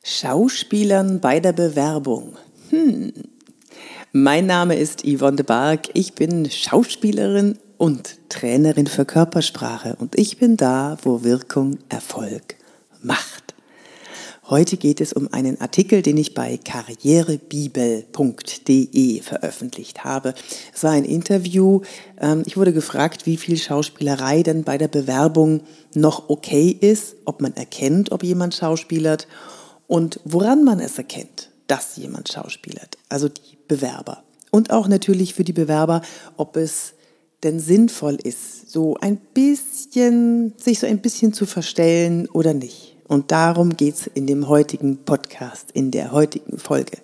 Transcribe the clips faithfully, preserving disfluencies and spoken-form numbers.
Schauspielern bei der Bewerbung. Hm. Mein Name ist Yvonne de Barg. Ich bin Schauspielerin und Trainerin für Körpersprache. Und ich bin da, wo Wirkung Erfolg macht. Heute geht es um einen Artikel, den ich bei karrierebibel punkt de veröffentlicht habe. Es war ein Interview. Ich wurde gefragt, wie viel Schauspielerei denn bei der Bewerbung noch okay ist, ob man erkennt, ob jemand schauspielert und woran man es erkennt, dass jemand schauspielert, also die Bewerber. Und auch natürlich für die Bewerber, ob es denn sinnvoll ist, so ein bisschen, sich so ein bisschen zu verstellen oder nicht. Und darum geht es in dem heutigen Podcast, in der heutigen Folge.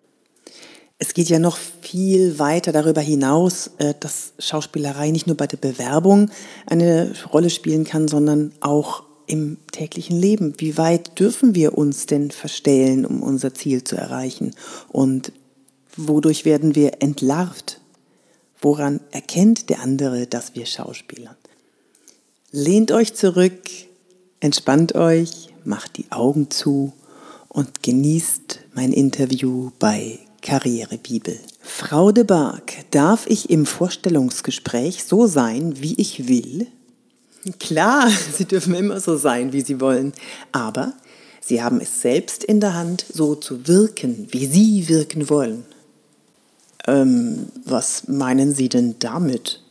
Es geht ja noch viel weiter darüber hinaus, dass Schauspielerei nicht nur bei der Bewerbung eine Rolle spielen kann, sondern auch im täglichen Leben. Wie weit dürfen wir uns denn verstellen, um unser Ziel zu erreichen? Und wodurch werden wir entlarvt? Woran erkennt der andere, dass wir schauspielern? Lehnt euch zurück, entspannt euch, macht die Augen zu und genießt mein Interview bei Karrierebibel. Frau de Barg, darf ich im Vorstellungsgespräch so sein, wie ich will? Klar, Sie dürfen immer so sein, wie Sie wollen, aber Sie haben es selbst in der Hand, so zu wirken, wie Sie wirken wollen. Ähm, was meinen Sie denn damit?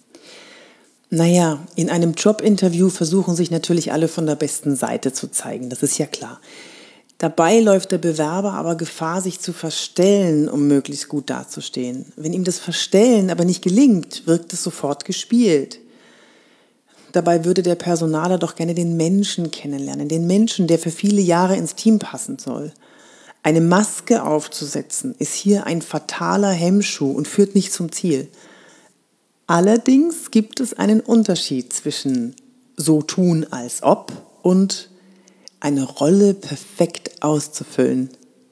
Naja, in einem Jobinterview versuchen sich natürlich alle von der besten Seite zu zeigen, das ist ja klar. Dabei läuft der Bewerber aber Gefahr, sich zu verstellen, um möglichst gut dazustehen. Wenn ihm das Verstellen aber nicht gelingt, wirkt es sofort gespielt. Dabei würde der Personaler doch gerne den Menschen kennenlernen, den Menschen, der für viele Jahre ins Team passen soll. Eine Maske aufzusetzen, ist hier ein fataler Hemmschuh und führt nicht zum Ziel. Allerdings gibt es einen Unterschied zwischen so tun als ob und eine Rolle perfekt auszufüllen.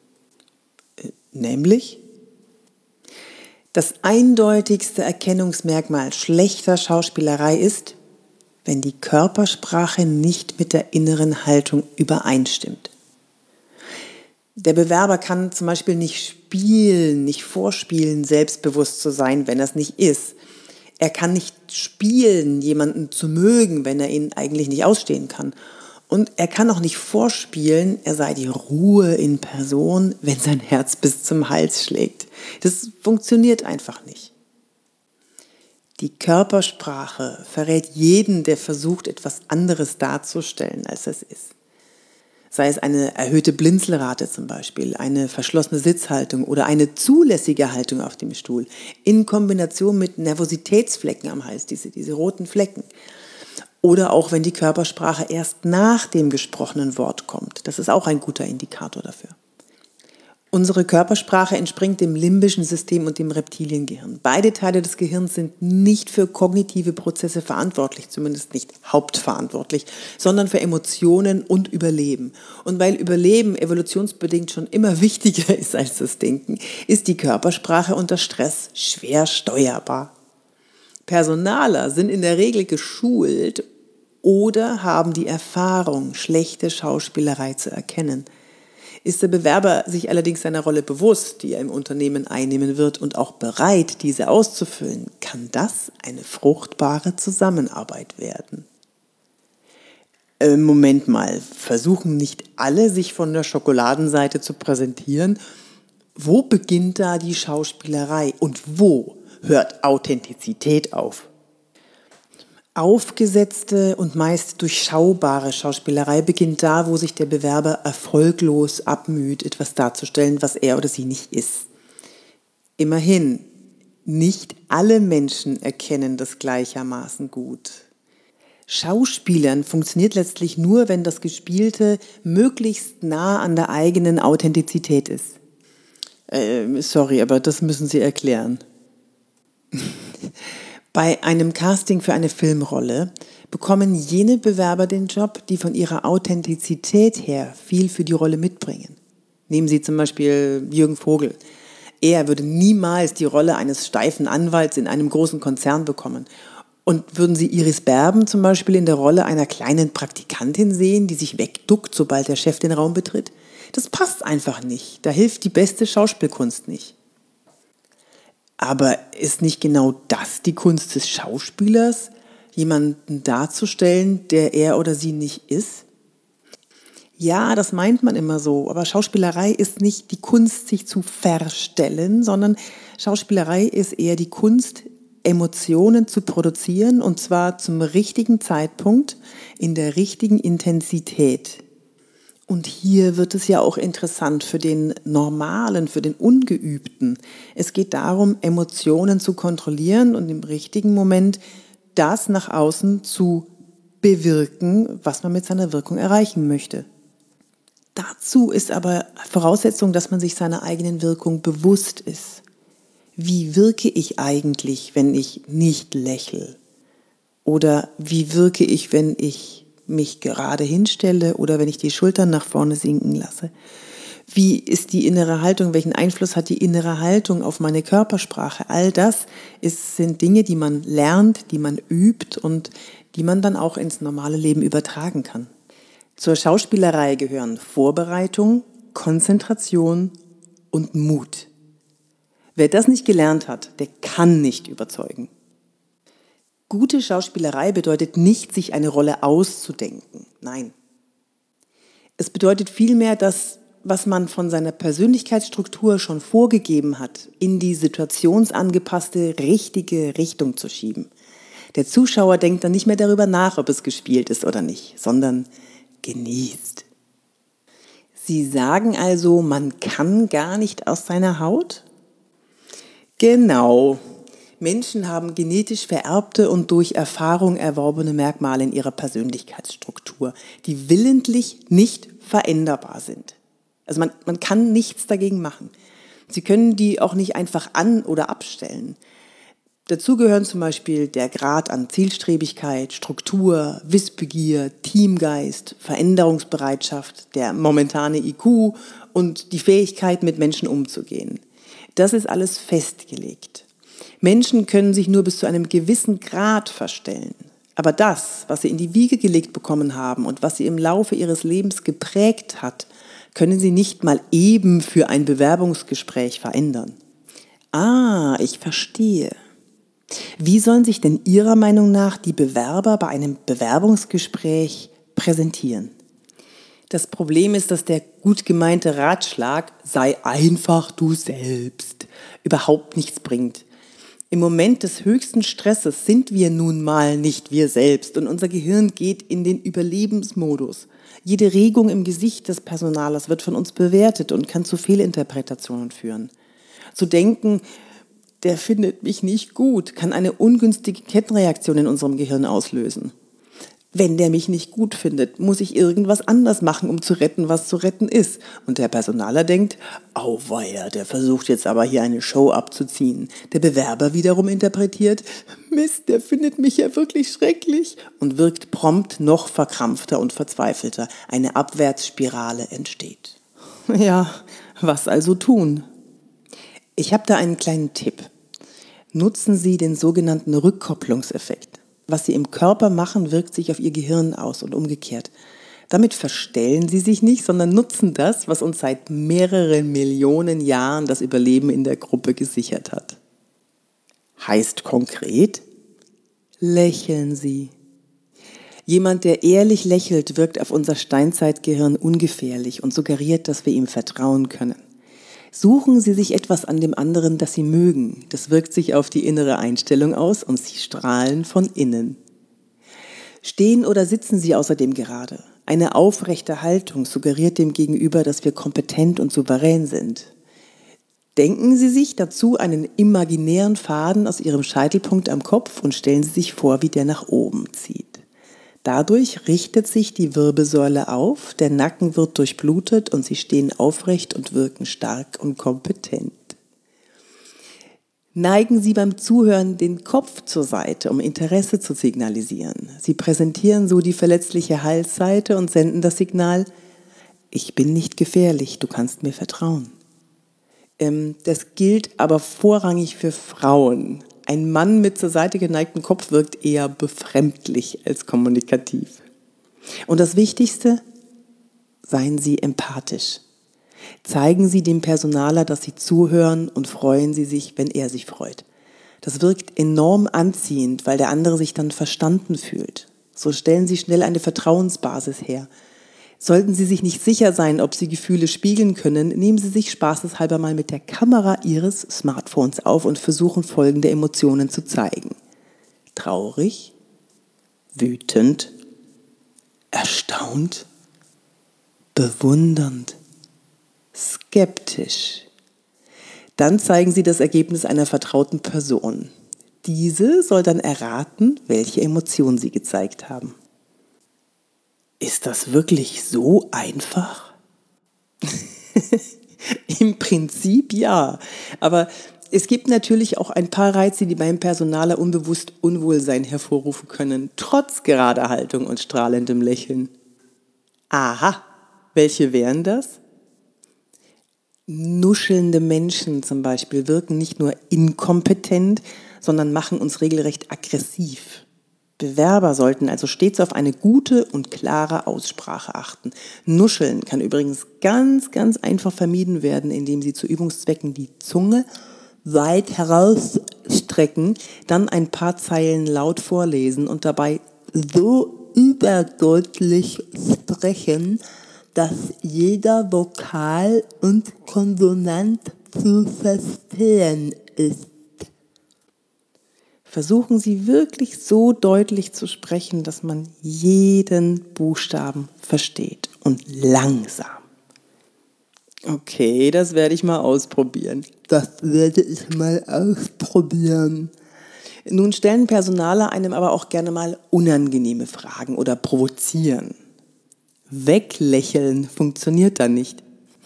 Nämlich das eindeutigste Erkennungsmerkmal schlechter Schauspielerei ist, wenn die Körpersprache nicht mit der inneren Haltung übereinstimmt. Der Bewerber kann zum Beispiel nicht spielen, nicht vorspielen, selbstbewusst zu sein, wenn er es nicht ist. Er kann nicht spielen, jemanden zu mögen, wenn er ihn eigentlich nicht ausstehen kann. Und er kann auch nicht vorspielen, er sei die Ruhe in Person, wenn sein Herz bis zum Hals schlägt. Das funktioniert einfach nicht. Die Körpersprache verrät jeden, der versucht, etwas anderes darzustellen, als es ist. Sei es eine erhöhte Blinzelrate zum Beispiel, eine verschlossene Sitzhaltung oder eine zulässige Haltung auf dem Stuhl in Kombination mit Nervositätsflecken am Hals, diese, diese roten Flecken. Oder auch wenn die Körpersprache erst nach dem gesprochenen Wort kommt. Das ist auch ein guter Indikator dafür. Unsere Körpersprache entspringt dem limbischen System und dem Reptiliengehirn. Beide Teile des Gehirns sind nicht für kognitive Prozesse verantwortlich, zumindest nicht hauptverantwortlich, sondern für Emotionen und Überleben. Und weil Überleben evolutionsbedingt schon immer wichtiger ist als das Denken, ist die Körpersprache unter Stress schwer steuerbar. Personaler sind in der Regel geschult oder haben die Erfahrung, schlechte Schauspielerei zu erkennen. Ist der Bewerber sich allerdings seiner Rolle bewusst, die er im Unternehmen einnehmen wird und auch bereit, diese auszufüllen, kann das eine fruchtbare Zusammenarbeit werden. Äh, Moment mal, versuchen nicht alle, sich von der Schokoladenseite zu präsentieren? Wo beginnt da die Schauspielerei und wo hört Authentizität auf? Aufgesetzte und meist durchschaubare Schauspielerei beginnt da, wo sich der Bewerber erfolglos abmüht, etwas darzustellen, was er oder sie nicht ist. Immerhin, nicht alle Menschen erkennen das gleichermaßen gut. Schauspielern funktioniert letztlich nur, wenn das Gespielte möglichst nah an der eigenen Authentizität ist. Äh, sorry, aber das müssen Sie erklären. Bei einem Casting für eine Filmrolle bekommen jene Bewerber den Job, die von ihrer Authentizität her viel für die Rolle mitbringen. Nehmen Sie zum Beispiel Jürgen Vogel. Er würde niemals die Rolle eines steifen Anwalts in einem großen Konzern bekommen. Und würden Sie Iris Berben zum Beispiel in der Rolle einer kleinen Praktikantin sehen, die sich wegduckt, sobald der Chef den Raum betritt? Das passt einfach nicht. Da hilft die beste Schauspielkunst nicht. Aber ist nicht genau das die Kunst des Schauspielers, jemanden darzustellen, der er oder sie nicht ist? Ja, das meint man immer so, aber Schauspielerei ist nicht die Kunst, sich zu verstellen, sondern Schauspielerei ist eher die Kunst, Emotionen zu produzieren, und zwar zum richtigen Zeitpunkt, in der richtigen Intensität. Und hier wird es ja auch interessant für den Normalen, für den Ungeübten. Es geht darum, Emotionen zu kontrollieren und im richtigen Moment das nach außen zu bewirken, was man mit seiner Wirkung erreichen möchte. Dazu ist aber Voraussetzung, dass man sich seiner eigenen Wirkung bewusst ist. Wie wirke ich eigentlich, wenn ich nicht lächle? Oder wie wirke ich, wenn ich mich gerade hinstelle oder wenn ich die Schultern nach vorne sinken lasse? Wie ist die innere Haltung? Welchen Einfluss hat die innere Haltung auf meine Körpersprache? All das ist, sind Dinge, die man lernt, die man übt und die man dann auch ins normale Leben übertragen kann. Zur Schauspielerei gehören Vorbereitung, Konzentration und Mut. Wer das nicht gelernt hat, der kann nicht überzeugen. Gute Schauspielerei bedeutet nicht, sich eine Rolle auszudenken. Nein. Es bedeutet vielmehr, das, was man von seiner Persönlichkeitsstruktur schon vorgegeben hat, in die situationsangepasste, richtige Richtung zu schieben. Der Zuschauer denkt dann nicht mehr darüber nach, ob es gespielt ist oder nicht, sondern genießt. Sie sagen also, man kann gar nicht aus seiner Haut? Genau. Menschen haben genetisch vererbte und durch Erfahrung erworbene Merkmale in ihrer Persönlichkeitsstruktur, die willentlich nicht veränderbar sind. Also man, man kann nichts dagegen machen. Sie können die auch nicht einfach an- oder abstellen. Dazu gehören zum Beispiel der Grad an Zielstrebigkeit, Struktur, Wissbegier, Teamgeist, Veränderungsbereitschaft, der momentane I Q und die Fähigkeit, mit Menschen umzugehen. Das ist alles festgelegt. Menschen können sich nur bis zu einem gewissen Grad verstellen. Aber das, was sie in die Wiege gelegt bekommen haben und was sie im Laufe ihres Lebens geprägt hat, können sie nicht mal eben für ein Bewerbungsgespräch verändern. Ah, ich verstehe. Wie sollen sich denn Ihrer Meinung nach die Bewerber bei einem Bewerbungsgespräch präsentieren? Das Problem ist, dass der gut gemeinte Ratschlag, sei einfach du selbst, überhaupt nichts bringt. Im Moment des höchsten Stresses sind wir nun mal nicht wir selbst und unser Gehirn geht in den Überlebensmodus. Jede Regung im Gesicht des Personalers wird von uns bewertet und kann zu Fehlinterpretationen führen. Zu denken, der findet mich nicht gut, kann eine ungünstige Kettenreaktion in unserem Gehirn auslösen. Wenn der mich nicht gut findet, muss ich irgendwas anders machen, um zu retten, was zu retten ist. Und der Personaler denkt, auweia, der versucht jetzt aber hier eine Show abzuziehen. Der Bewerber wiederum interpretiert, Mist, der findet mich ja wirklich schrecklich und wirkt prompt noch verkrampfter und verzweifelter. Eine Abwärtsspirale entsteht. Ja, was also tun? Ich habe da einen kleinen Tipp. Nutzen Sie den sogenannten Rückkopplungseffekt. Was Sie im Körper machen, wirkt sich auf Ihr Gehirn aus und umgekehrt. Damit verstellen Sie sich nicht, sondern nutzen das, was uns seit mehreren Millionen Jahren das Überleben in der Gruppe gesichert hat. Heißt konkret, lächeln Sie. Jemand, der ehrlich lächelt, wirkt auf unser Steinzeitgehirn ungefährlich und suggeriert, dass wir ihm vertrauen können. Suchen Sie sich etwas an dem anderen, das Sie mögen. Das wirkt sich auf die innere Einstellung aus und Sie strahlen von innen. Stehen oder sitzen Sie außerdem gerade. Eine aufrechte Haltung suggeriert dem Gegenüber, dass wir kompetent und souverän sind. Denken Sie sich dazu einen imaginären Faden aus Ihrem Scheitelpunkt am Kopf und stellen Sie sich vor, wie der nach oben zieht. Dadurch richtet sich die Wirbelsäule auf, der Nacken wird durchblutet und Sie stehen aufrecht und wirken stark und kompetent. Neigen Sie beim Zuhören den Kopf zur Seite, um Interesse zu signalisieren. Sie präsentieren so die verletzliche Halsseite und senden das Signal, ich bin nicht gefährlich, du kannst mir vertrauen. Ähm, das gilt aber vorrangig für Frauen. Ein Mann mit zur Seite geneigtem Kopf wirkt eher befremdlich als kommunikativ. Und das Wichtigste, seien Sie empathisch. Zeigen Sie dem Personaler, dass Sie zuhören und freuen Sie sich, wenn er sich freut. Das wirkt enorm anziehend, weil der andere sich dann verstanden fühlt. So stellen Sie schnell eine Vertrauensbasis her. Sollten Sie sich nicht sicher sein, ob Sie Gefühle spiegeln können, nehmen Sie sich spaßeshalber mal mit der Kamera Ihres Smartphones auf und versuchen folgende Emotionen zu zeigen. Traurig, wütend, erstaunt, bewundernd, skeptisch. Dann zeigen Sie das Ergebnis einer vertrauten Person. Diese soll dann erraten, welche Emotion Sie gezeigt haben. Ist das wirklich so einfach? Im Prinzip ja, aber es gibt natürlich auch ein paar Reize, die beim Personaler unbewusst Unwohlsein hervorrufen können, trotz gerader Haltung und strahlendem Lächeln. Aha, welche wären das? Nuschelnde Menschen zum Beispiel wirken nicht nur inkompetent, sondern machen uns regelrecht aggressiv. Bewerber sollten also stets auf eine gute und klare Aussprache achten. Nuscheln kann übrigens ganz, ganz einfach vermieden werden, indem Sie zu Übungszwecken die Zunge weit herausstrecken, dann ein paar Zeilen laut vorlesen und dabei so überdeutlich sprechen, dass jeder Vokal und Konsonant zu verstehen ist. Versuchen Sie wirklich so deutlich zu sprechen, dass man jeden Buchstaben versteht und langsam. Okay, das werde ich mal ausprobieren. Das werde ich mal ausprobieren. Nun stellen Personaler einem aber auch gerne mal unangenehme Fragen oder provozieren. Weglächeln funktioniert da nicht.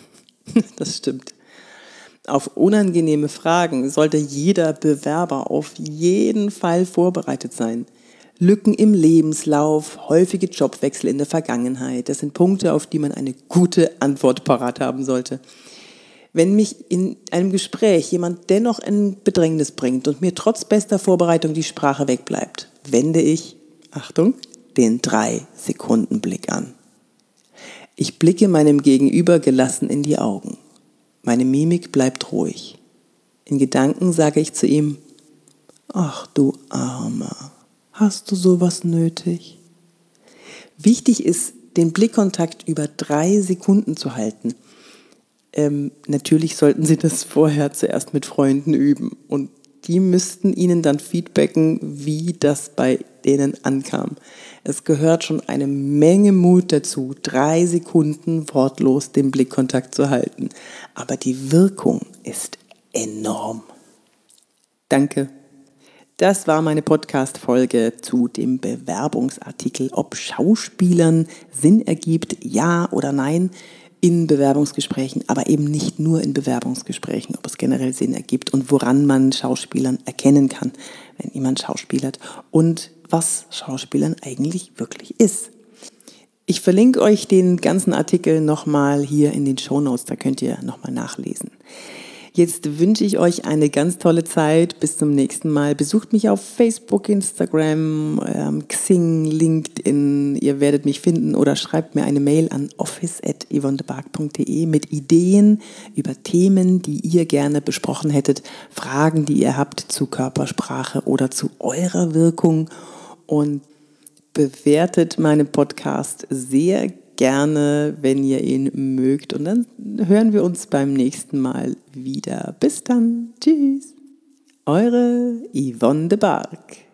Das stimmt. Auf unangenehme Fragen sollte jeder Bewerber auf jeden Fall vorbereitet sein. Lücken im Lebenslauf, häufige Jobwechsel in der Vergangenheit, das sind Punkte, auf die man eine gute Antwort parat haben sollte. Wenn mich in einem Gespräch jemand dennoch in Bedrängnis bringt und mir trotz bester Vorbereitung die Sprache wegbleibt, wende ich, Achtung, den drei-Sekunden-Blick an. Ich blicke meinem Gegenüber gelassen in die Augen. Meine Mimik bleibt ruhig. In Gedanken sage ich zu ihm, ach du Armer, hast du sowas nötig? Wichtig ist, den Blickkontakt über drei Sekunden zu halten. Ähm, natürlich sollten Sie das vorher zuerst mit Freunden üben und die müssten Ihnen dann feedbacken, wie das bei denen ankam. Es gehört schon eine Menge Mut dazu, drei Sekunden wortlos den Blickkontakt zu halten. Aber die Wirkung ist enorm. Danke. Das war meine Podcast-Folge zu dem Bewerbungsartikel, ob Schauspielern Sinn ergibt, ja oder nein, in Bewerbungsgesprächen, aber eben nicht nur in Bewerbungsgesprächen, ob es generell Sinn ergibt und woran man Schauspielern erkennen kann, wenn jemand schauspielert und was Schauspielern eigentlich wirklich ist. Ich verlinke euch den ganzen Artikel nochmal hier in den Shownotes, da könnt ihr nochmal nachlesen. Jetzt wünsche ich euch eine ganz tolle Zeit. Bis zum nächsten Mal. Besucht mich auf Facebook, Instagram, ähm, Xing, LinkedIn. Ihr werdet mich finden oder schreibt mir eine Mail an office at yvonnebark punkt de mit Ideen über Themen, die ihr gerne besprochen hättet, Fragen, die ihr habt zu Körpersprache oder zu eurer Wirkung und bewertet meinen Podcast sehr gerne, wenn ihr ihn mögt. Und dann hören wir uns beim nächsten Mal wieder. Bis dann. Tschüss. Eure Yvonne de Barg.